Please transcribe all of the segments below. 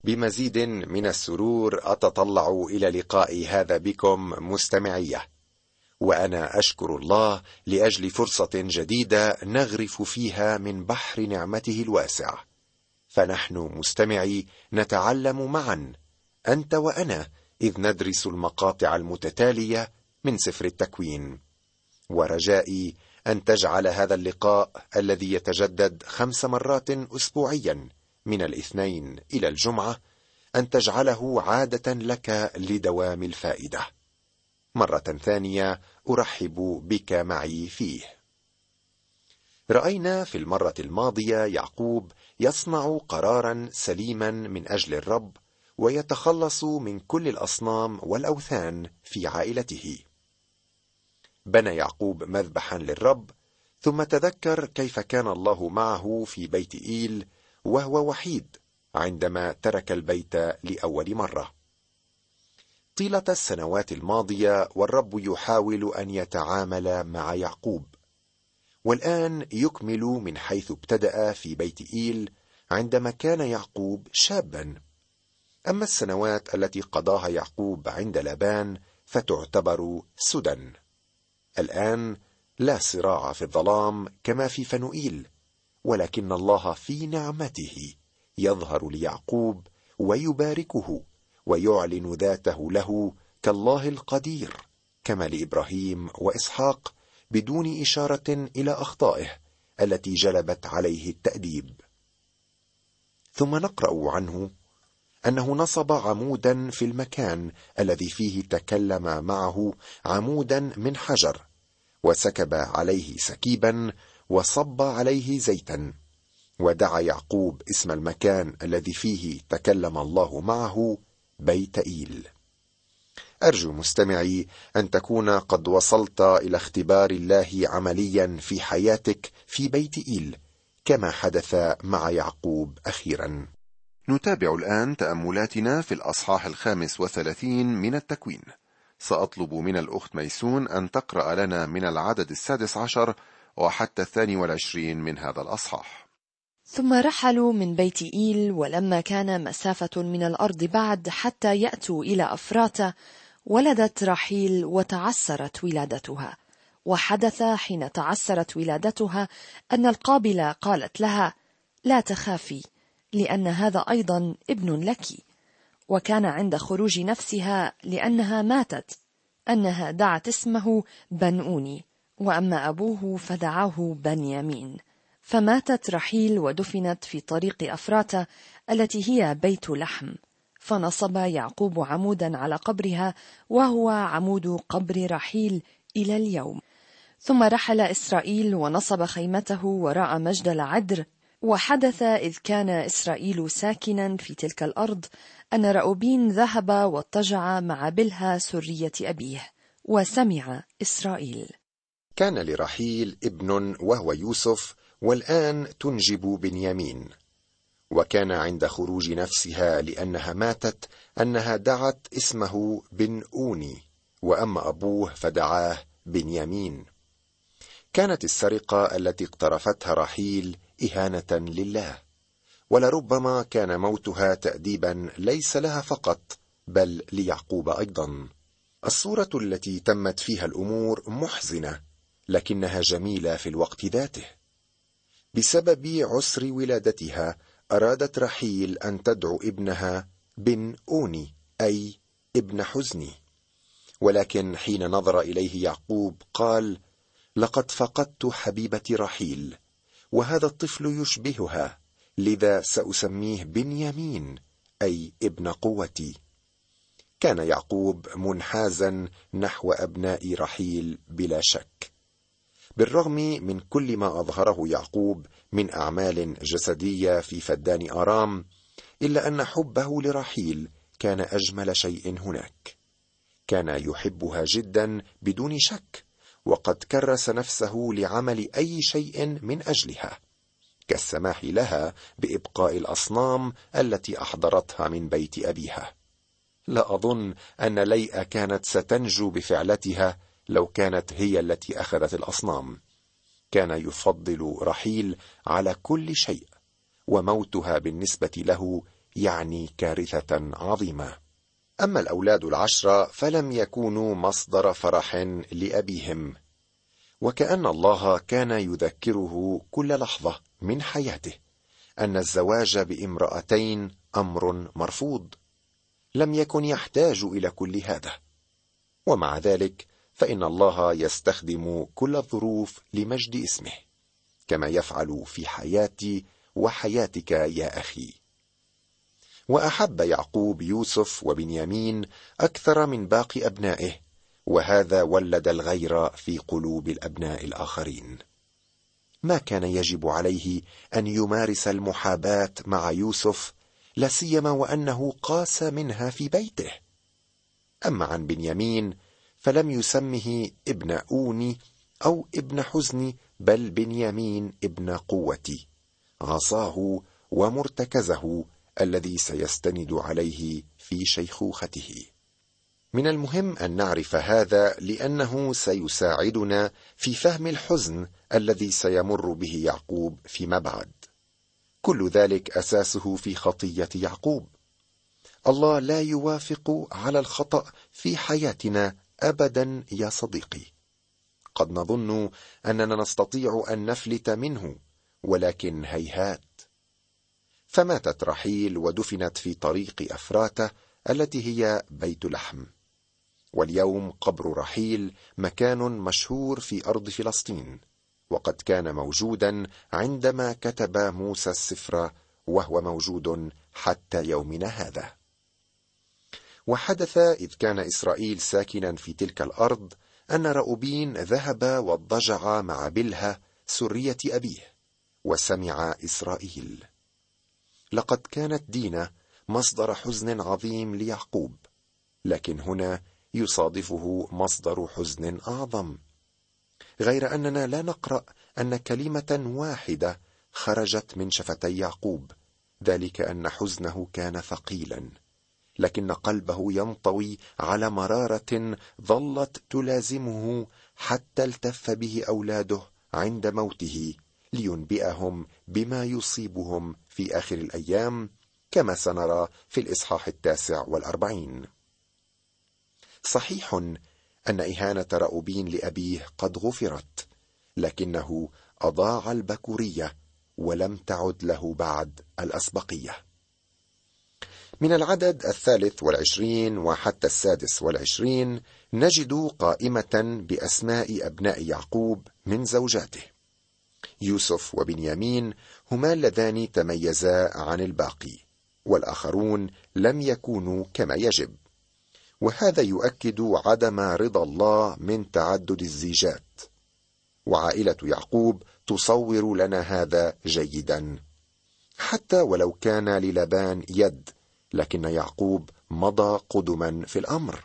بمزيد من السرور أتطلع إلى لقاء هذا بكم مستمعيه، وأنا أشكر الله لأجل فرصة جديدة نغرف فيها من بحر نعمته الواسع. فنحن مستمعي نتعلم معا أنت وأنا إذ ندرس المقاطع المتتالية من سفر التكوين، ورجائي أن تجعل هذا اللقاء الذي يتجدد 5 مرات أسبوعيا من الاثنين إلى الجمعة أن تجعله عادة لك لدوام الفائدة. مرة ثانية أرحب بك معي فيه. رأينا في المرة الماضية يعقوب يصنع قرارا سليما من أجل الرب، ويتخلص من كل الأصنام والأوثان في عائلته. بنى يعقوب مذبحا للرب، ثم تذكر كيف كان الله معه في بيت إيل وهو وحيد عندما ترك البيت لأول مرة. طيلة السنوات الماضية والرب يحاول أن يتعامل مع يعقوب، والآن يكمل من حيث ابتدأ في بيت إيل عندما كان يعقوب شابا. أما السنوات التي قضاها يعقوب عند لابان فتعتبر سدى. الآن لا صراع في الظلام كما في فنوئيل، ولكن الله في نعمته يظهر ليعقوب ويباركه ويعلن ذاته له كالله القدير، كما لإبراهيم وإسحاق، بدون إشارة إلى أخطائه التي جلبت عليه التأديب. ثم نقرأ عنه أنه نصب عمودا في المكان الذي فيه تكلم معه، عمودا من حجر، وسكب عليه سكيبا وصب عليه زيتا، ودعا يعقوب اسم المكان الذي فيه تكلم الله معه بيت إيل. أرجو مستمعي أن تكون قد وصلت إلى اختبار الله عمليا في حياتك في بيت إيل كما حدث مع يعقوب أخيرا. نتابع الآن تأملاتنا في الأصحاح 35 من التكوين. سأطلب من الأخت ميسون أن تقرأ لنا من العدد 16 وحتى 22 من هذا الأصحاح. ثم رحلوا من بيت إيل، ولما كان مسافة من الأرض بعد حتى يأتوا إلى أفراته، ولدت راحيل وتعسرت ولادتها. وحدث حين تعسرت ولادتها أن القابلة قالت لها: لا تخافي، لأن هذا أيضا ابن لك. وكان عند خروج نفسها لأنها ماتت أنها دعت اسمه بنؤوني، وأما أبوه فدعاه بنيامين. فماتت رحيل ودفنت في طريق أفراته التي هي بيت لحم، فنصب يعقوب عمودا على قبرها، وهو عمود قبر رحيل إلى اليوم. ثم رحل إسرائيل ونصب خيمته وراء مجدل عدر. وحدث إذ كان إسرائيل ساكنا في تلك الأرض أن رأوبين ذهب واضطجع مع بلها سرية أبيه، وسمع إسرائيل. كان لرحيل ابن وهو يوسف، والآن تنجب بنيامين. وكان عند خروج نفسها لأنها ماتت أنها دعت اسمه بنؤوني، وأما أبوه فدعاه بنيامين. كانت السرقة التي اقترفتها رحيل إهانة لله، ولربما كان موتها تأديبا ليس لها فقط بل ليعقوب أيضا. الصورة التي تمت فيها الأمور محزنة، لكنها جميلة في الوقت ذاته. بسبب عسر ولادتها أرادت رحيل أن تدعو ابنها بنؤوني، أي ابن حزني. ولكن حين نظر إليه يعقوب قال: لقد فقدت حبيبتي رحيل، وهذا الطفل يشبهها، لذا سأسميه بنيامين، أي ابن قوتي. كان يعقوب منحازا نحو أبناء رحيل بلا شك. بالرغم من كل ما أظهره يعقوب من أعمال جسدية في فدان آرام، إلا أن حبه لرحيل كان أجمل شيء هناك. كان يحبها جدا بدون شك، وقد كرس نفسه لعمل أي شيء من أجلها، كالسماح لها بإبقاء الأصنام التي أحضرتها من بيت أبيها. لا أظن أن ليئة كانت ستنجو بفعلتها لو كانت هي التي أخذت الأصنام. كان يفضل رحيل على كل شيء، وموتها بالنسبة له يعني كارثة عظيمة. أما الأولاد 10 فلم يكونوا مصدر فرح لأبيهم، وكأن الله كان يذكره كل لحظة من حياته أن الزواج بامرأتين أمر مرفوض، لم يكن يحتاج إلى كل هذا. ومع ذلك فإن الله يستخدم كل الظروف لمجد اسمه، كما يفعل في حياتي وحياتك يا أخي. وأحب يعقوب يوسف وبنيامين أكثر من باقي أبنائه، وهذا ولد الغير في قلوب الأبناء الآخرين. ما كان يجب عليه أن يمارس المحاباة مع يوسف، لا سيما وأنه قاس منها في بيته. أما عن بنيامين فلم يسمه ابن أوني أو ابن حزني، بل بنيامين ابن قوتي، عصاه ومرتكزه الذي سيستند عليه في شيخوخته. من المهم أن نعرف هذا، لأنه سيساعدنا في فهم الحزن الذي سيمر به يعقوب فيما بعد. كل ذلك أساسه في خطية يعقوب. الله لا يوافق على الخطأ في حياتنا أبدا يا صديقي. قد نظن أننا نستطيع أن نفلت منه، ولكن هيهات. فماتت رحيل ودفنت في طريق أفراتة التي هي بيت لحم، واليوم قبر رحيل مكان مشهور في أرض فلسطين، وقد كان موجودا عندما كتب موسى السفر، وهو موجود حتى يومنا هذا. وحدث إذ كان إسرائيل ساكنا في تلك الأرض أن رأوبين ذهب واضطجع مع بلها سرية أبيه، وسمع إسرائيل. لقد كانت دينا مصدر حزن عظيم ليعقوب، لكن هنا يصادفه مصدر حزن أعظم، غير أننا لا نقرأ أن كلمة واحدة خرجت من شفتي يعقوب، ذلك أن حزنه كان ثقيلا، لكن قلبه ينطوي على مرارة ظلت تلازمه حتى التف به أولاده عند موته، لينبئهم بما يصيبهم في آخر الأيام، كما سنرى في الإصحاح 49. صحيح أن إهانة رأوبين لأبيه قد غفرت، لكنه أضاع البكورية ولم تعد له بعد الأسبقية. من العدد 23 وحتى 26 نجد قائمة بأسماء أبناء يعقوب من زوجاته. يوسف وبنيامين هما اللذان تميزا عن الباقي، والآخرون لم يكونوا كما يجب، وهذا يؤكد عدم رضا الله من تعدد الزيجات. وعائلة يعقوب تصور لنا هذا جيدا، حتى ولو كان للابان يد، لكن يعقوب مضى قدما في الأمر.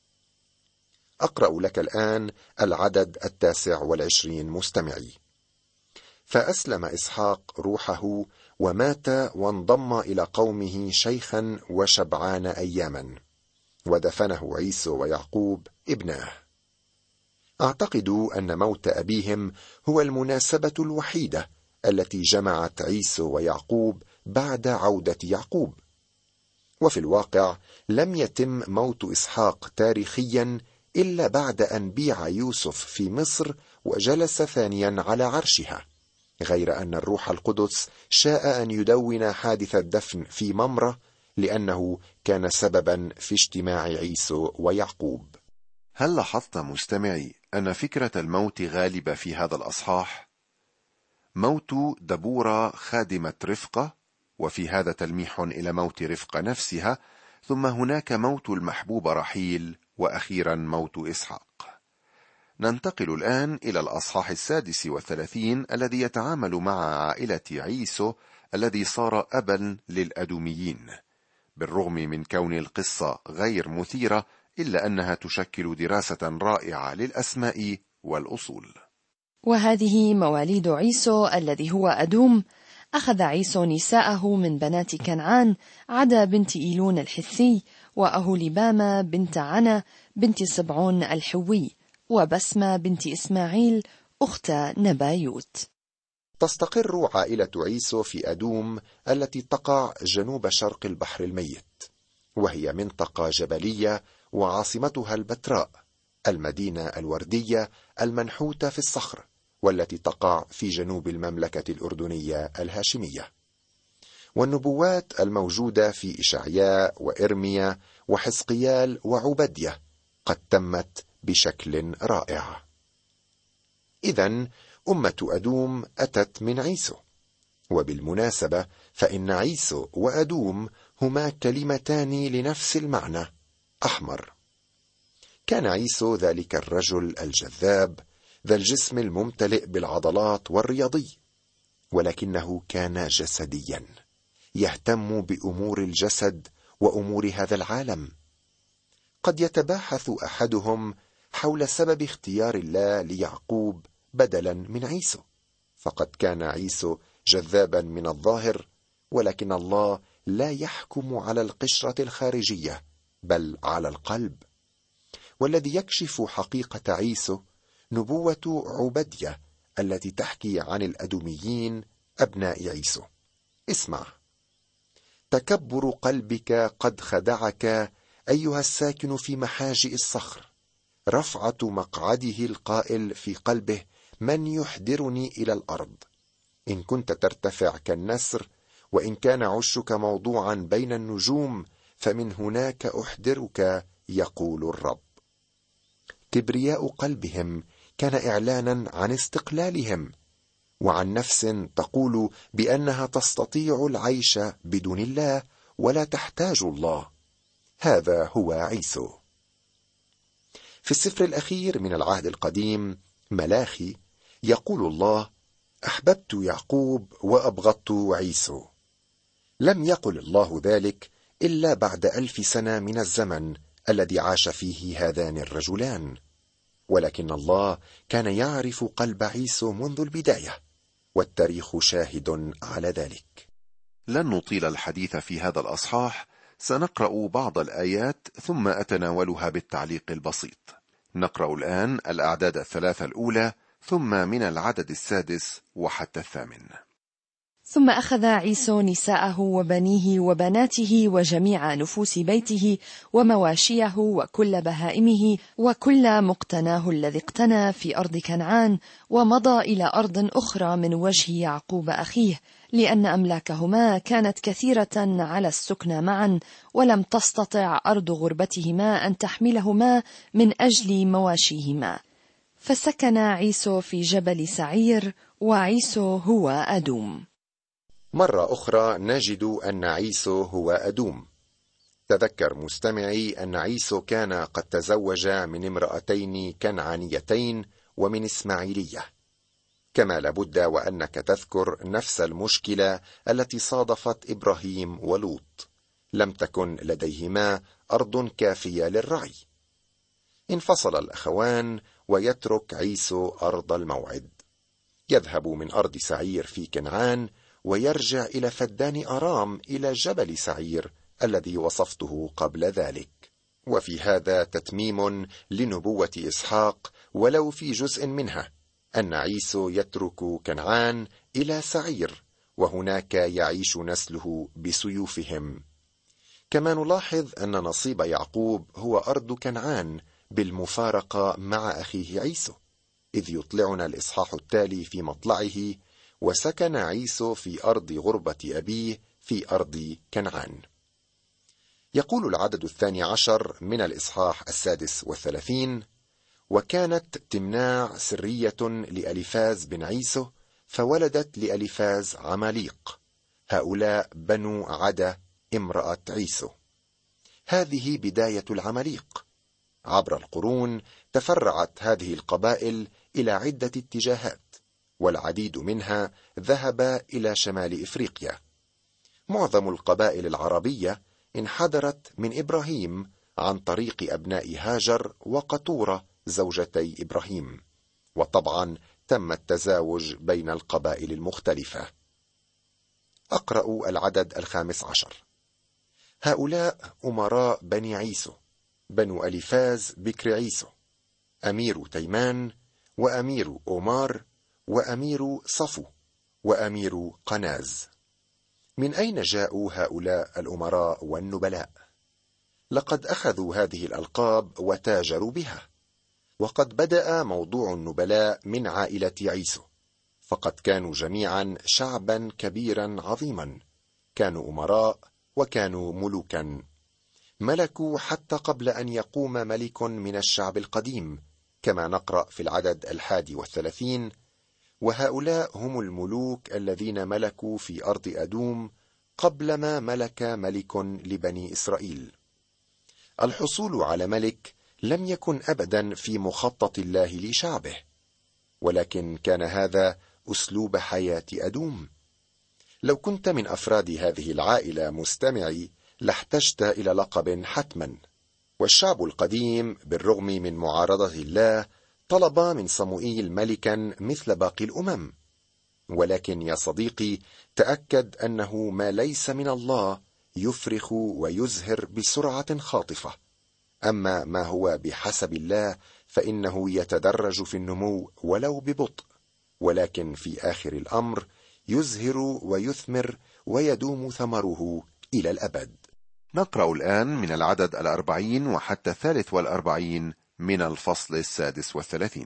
أقرأ لك الآن العدد 29 مستمعي. فأسلم إسحاق روحه ومات، وانضم إلى قومه شيخا وشبعان أياما، ودفنه عيسو ويعقوب ابناه. أعتقد أن موت أبيهم هو المناسبة الوحيدة التي جمعت عيسو ويعقوب بعد عودة يعقوب. وفي الواقع لم يتم موت إسحاق تاريخيا إلا بعد أن بيع يوسف في مصر وجلس ثانيا على عرشها، غير أن الروح القدس شاء أن يدون حادث الدفن في ممرة، لأنه كان سببا في اجتماع عيسو ويعقوب. هل لاحظت مستمعي أن فكرة الموت غالبة في هذا الأصحاح؟ موت دبورة خادمة رفقة، وفي هذا تلميح إلى موت رفقة نفسها، ثم هناك موت المحبوبة رحيل، وأخيرا موت إسحاق. ننتقل الآن إلى الأصحاح 36 الذي يتعامل مع عائلة عيسو الذي صار أبا للأدوميين. بالرغم من كون القصة غير مثيرة، إلا أنها تشكل دراسة رائعة للأسماء والأصول. وهذه مواليد عيسو الذي هو أدوم. أخذ عيسو نساءه من بنات كنعان، عدا بنت إيلون الحثي، وأهوليبامة بنت عنا بنت صبعون الحوي، وبسمة بنت إسماعيل أخت نبايوت. تستقر عائلة عيسو في أدوم التي تقع جنوب شرق البحر الميت، وهي منطقة جبلية وعاصمتها البتراء، المدينة الوردية المنحوتة في الصخر، والتي تقع في جنوب المملكة الأردنية الهاشمية. والنبوات الموجودة في إشعياء وإرميا وحزقيال وعبدية قد تمت بشكل رائع. إذن أمة أدوم أتت من عيسو، وبالمناسبة فإن عيسو وأدوم هما كلمتان لنفس المعنى، أحمر. كان عيسو ذلك الرجل الجذاب ذا الجسم الممتلئ بالعضلات والرياضي، ولكنه كان جسديا، يهتم بأمور الجسد وأمور هذا العالم. قد يتباحث أحدهم حول سبب اختيار الله ليعقوب بدلا من عيسو، فقد كان عيسو جذابا من الظاهر، ولكن الله لا يحكم على القشرة الخارجية بل على القلب. والذي يكشف حقيقة عيسو نبوة عبدية التي تحكي عن الأدوميين أبناء عيسو. اسمع: تكبر قلبك قد خدعك أيها الساكن في محاجئ الصخر، رفعة مقعده القائل في قلبه من يحضرني إلى الأرض. إن كنت ترتفع كالنسر، وإن كان عشك موضوعا بين النجوم، فمن هناك أحضرك، يقول الرب. كبرياء قلبهم كان إعلانا عن استقلالهم، وعن نفس تقول بأنها تستطيع العيش بدون الله ولا تحتاج الله. هذا هو عيسو. في السفر الأخير من العهد القديم ملاخي يقول الله: أحببت يعقوب وأبغضت عيسو. لم يقل الله ذلك إلا بعد 1000 سنة من الزمن الذي عاش فيه هذان الرجلان، ولكن الله كان يعرف قلب عيسو منذ البداية، والتاريخ شاهد على ذلك. لن نطيل الحديث في هذا الأصحاح، سنقرأ بعض الآيات ثم أتناولها بالتعليق البسيط. نقرأ الآن الأعداد 3 الأولى، ثم من العدد 6 وحتى 8. ثم أخذ عيسو نساءه وبنيه وبناته وجميع نفوس بيته ومواشيه وكل بهائمه وكل مقتناه الذي اقتنى في أرض كنعان، ومضى إلى أرض أخرى من وجه يعقوب أخيه، لأن أملاكهما كانت كثيرة على السكنى معا، ولم تستطع أرض غربتهما أن تحملهما من أجل مواشيهما. فسكن عيسو في جبل سعير، وعيسو هو أدوم. مرة أخرى نجد أن عيسو هو أدوم. تذكر مستمعي أن عيسو كان قد تزوج من امرأتين كنعانيتين ومن إسماعيلية، كما لابد وأنك تذكر نفس المشكلة التي صادفت إبراهيم ولوط، لم تكن لديهما أرض كافية للرعي. انفصل الأخوان ويترك عيسو أرض الموعد، يذهب من أرض سعير في كنعان ويرجع إلى فدان أرام إلى جبل سعير الذي وصفته قبل ذلك. وفي هذا تتميم لنبوة إسحاق ولو في جزء منها، أن عيسو يترك كنعان إلى سعير، وهناك يعيش نسله بسيوفهم. كما نلاحظ أن نصيب يعقوب هو أرض كنعان بالمفارقة مع أخيه عيسو، إذ يطلعنا الإصحاح التالي في مطلعه: وسكن عيسو في أرض غربة أبيه في أرض كنعان. يقول العدد 12 من الإصحاح 36: وكانت تمناع سرية لأليفاز بن عيسو، فولدت لأليفاز عماليق، هؤلاء بنو عدا امرأة عيسو. هذه بداية العماليق. عبر القرون تفرعت هذه القبائل إلى عدة اتجاهات، والعديد منها ذهب إلى شمال إفريقيا. معظم القبائل العربية انحدرت من إبراهيم عن طريق أبناء هاجر وقطورة زوجتي إبراهيم، وطبعا تم التزاوج بين القبائل المختلفة. أقرأ العدد 15: هؤلاء أمراء بني عيسو، بنو أليفاز بكر عيسو، أمير تيمان، وأمير أومار، وأمير صفو، وأمير قناز. من أين جاءوا هؤلاء الأمراء والنبلاء؟ لقد أخذوا هذه الألقاب وتاجروا بها. وقد بدأ موضوع النبلاء من عائلة عيسو، فقد كانوا جميعا شعبا كبيرا عظيما، كانوا أمراء وكانوا ملوكا، ملكوا حتى قبل أن يقوم ملك من الشعب القديم، كما نقرأ في العدد 31. وهؤلاء هم الملوك الذين ملكوا في أرض أدوم قبلما ملك ملك لبني إسرائيل. الحصول على ملك لم يكن أبدا في مخطط الله لشعبه، ولكن كان هذا أسلوب حياة أدوم. لو كنت من أفراد هذه العائلة مستمعي لاحتجت إلى لقب حتما. والشعب القديم بالرغم من معارضة الله طلب من صموئيل ملكا مثل باقي الأمم. ولكن يا صديقي، تأكد أنه ما ليس من الله يفرخ ويزهر بسرعة خاطفة، أما ما هو بحسب الله فإنه يتدرج في النمو ولو ببطء، ولكن في آخر الأمر يزهر ويثمر ويدوم ثمره إلى الأبد. نقرأ الآن من العدد 40 وحتى 43 من الفصل 36.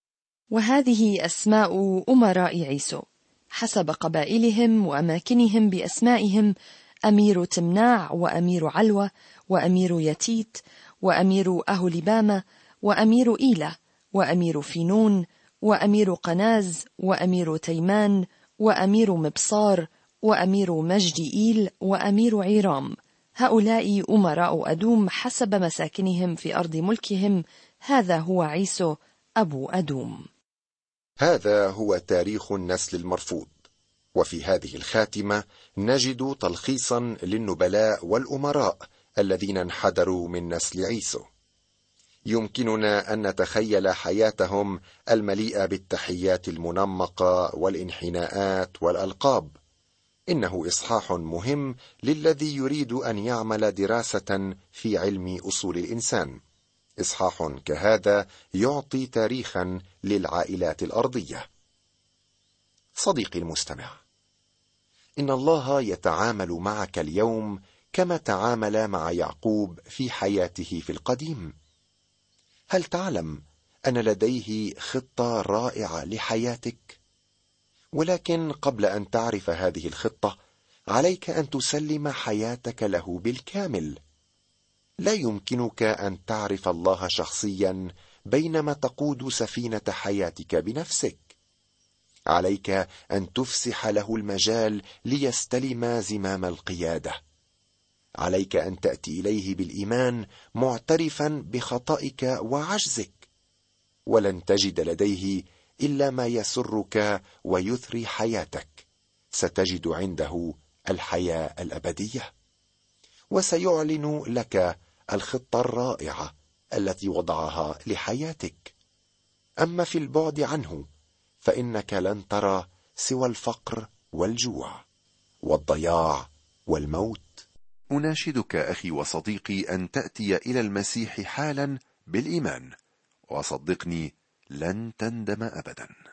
وهذه أسماء أمراء عيسو حسب قبائلهم وأماكنهم بأسمائهم: أمير تمناع، وأمير علوة، وأمير يتيت، وأمير أهولبامة، وأمير إيلة، وأمير فينون، وأمير قناز، وأمير تيمان، وأمير مبصار، وأمير مجدئيل، وأمير عيرام. هؤلاء أمراء أدوم حسب مساكنهم في أرض ملكهم. هذا هو عيسو أبو أدوم. هذا هو تاريخ النسل المرفوض. وفي هذه الخاتمة نجد تلخيصا للنبلاء والأمراء الذين انحدروا من نسل عيسو. يمكننا أن نتخيل حياتهم المليئة بالتحيات المنمقة والانحناءات والألقاب. إنه إصحاح مهم للذي يريد أن يعمل دراسة في علم أصول الإنسان. إصحاح كهذا يعطي تاريخا للعائلات الأرضية. صديقي المستمع، إن الله يتعامل معك اليوم كما تعامل مع يعقوب في حياته في القديم. هل تعلم أن لديه خطة رائعة لحياتك؟ ولكن قبل أن تعرف هذه الخطة عليك أن تسلم حياتك له بالكامل. لا يمكنك أن تعرف الله شخصيا بينما تقود سفينة حياتك بنفسك. عليك أن تفسح له المجال ليستلم زمام القيادة. عليك أن تأتي إليه بالإيمان معترفا بخطئك وعجزك، ولن تجد لديه إلا ما يسرك ويثري حياتك. ستجد عنده الحياة الأبدية، وسيعلن لك الخطة الرائعة التي وضعها لحياتك. أما في البعد عنه فإنك لن ترى سوى الفقر والجوع والضياع والموت. أناشدك أخي وصديقي أن تأتي إلى المسيح حالا بالإيمان، وصدقني لن تندم أبدا.